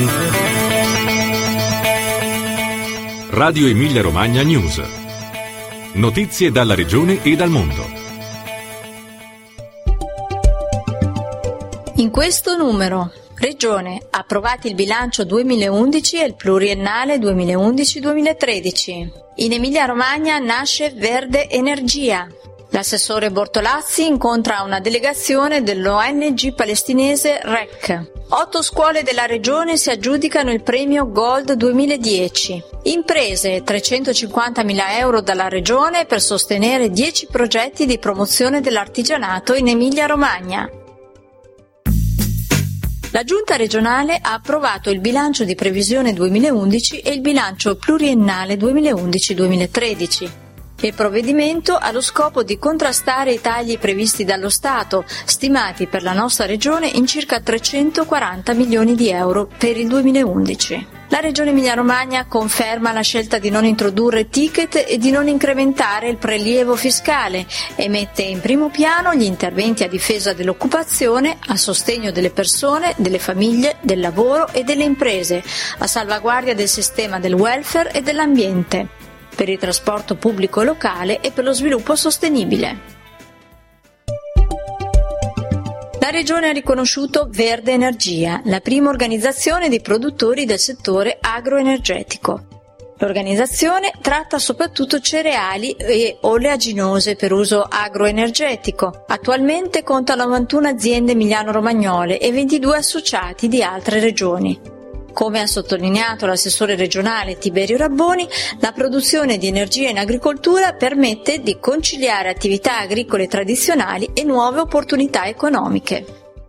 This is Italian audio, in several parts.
Radio Emilia Romagna News. Notizie dalla regione e dal mondo. In questo numero: Regione, approvati il bilancio 2011 e il pluriennale 2011-2013. In Emilia Romagna nasce Verde Energia. L'assessore Bortolazzi incontra una delegazione dell'ONG palestinese REC. 8 scuole della regione si aggiudicano il premio Gold 2010. Imprese, 350.000 euro dalla regione per sostenere 10 progetti di promozione dell'artigianato in Emilia Romagna. La Giunta regionale ha approvato il bilancio di previsione 2011 e il bilancio pluriennale 2011-2013. Il provvedimento ha lo scopo di contrastare i tagli previsti dallo Stato, stimati per la nostra regione in circa 340 milioni di euro per il 2011. La Regione Emilia-Romagna conferma la scelta di non introdurre ticket e di non incrementare il prelievo fiscale e mette in primo piano gli interventi a difesa dell'occupazione, a sostegno delle persone, delle famiglie, del lavoro e delle imprese, a salvaguardia del sistema del welfare e dell'ambiente, per il trasporto pubblico locale e per lo sviluppo sostenibile. La Regione ha riconosciuto Verde Energia, la prima organizzazione di produttori del settore agroenergetico. L'organizzazione tratta soprattutto cereali e oleaginose per uso agroenergetico. Attualmente conta 91 aziende emiliano-romagnole e 22 associati di altre regioni. Come ha sottolineato l'assessore regionale Tiberio Rabboni, la produzione di energia in agricoltura permette di conciliare attività agricole tradizionali e nuove opportunità economiche.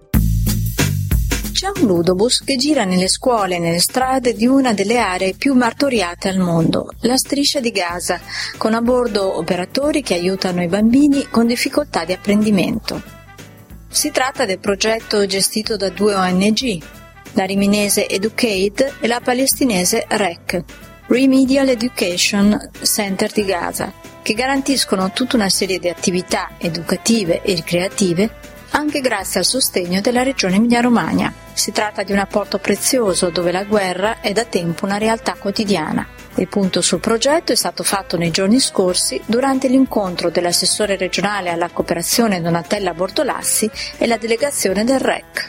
C'è un ludobus che gira nelle scuole e nelle strade di una delle aree più martoriate al mondo, la Striscia di Gaza, con a bordo operatori che aiutano i bambini con difficoltà di apprendimento. Si tratta del progetto gestito da 2 ONG, la riminese Educate e la palestinese REC, Remedial Education Center di Gaza, che garantiscono tutta una serie di attività educative e ricreative anche grazie al sostegno della regione Emilia-Romagna. Si tratta di un apporto prezioso dove la guerra è da tempo una realtà quotidiana. Il punto sul progetto è stato fatto nei giorni scorsi durante l'incontro dell'assessore regionale alla cooperazione Donatella Bortolassi e la delegazione del REC.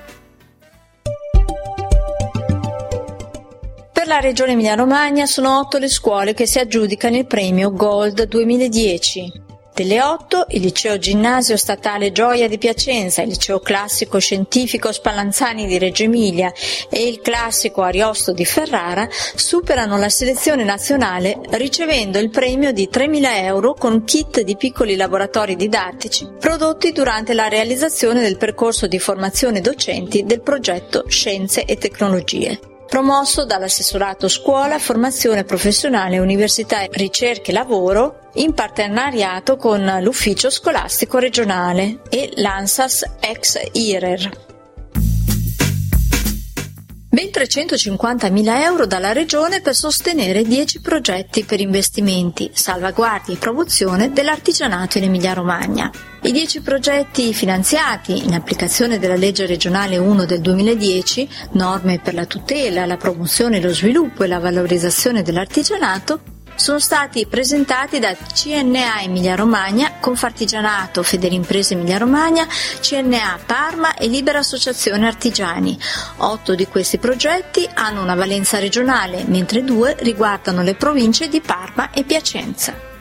Per la Regione Emilia-Romagna sono 8 le scuole che si aggiudicano il premio Gold 2010. Delle 8, il Liceo Ginnasio Statale Gioia di Piacenza, il Liceo Classico Scientifico Spallanzani di Reggio Emilia e il Classico Ariosto di Ferrara superano la selezione nazionale ricevendo il premio di 3.000 euro con kit di piccoli laboratori didattici prodotti durante la realizzazione del percorso di formazione docenti del progetto Scienze e Tecnologie, promosso dall'assessorato Scuola, Formazione Professionale, Università, Ricerche e Lavoro, in partenariato con l'Ufficio Scolastico Regionale e l'ANSAS ex IRER. Ben 350.000 euro dalla Regione per sostenere 10 progetti per investimenti, salvaguardia e promozione dell'artigianato in Emilia-Romagna. I 10 progetti finanziati, in applicazione della legge regionale 1 del 2010, norme per la tutela, la promozione, lo sviluppo e la valorizzazione dell'artigianato, sono stati presentati da CNA Emilia Romagna, Confartigianato, Federimprese Emilia Romagna, CNA Parma e Libera Associazione Artigiani. 8 di questi progetti hanno una valenza regionale, mentre 2 riguardano le province di Parma e Piacenza.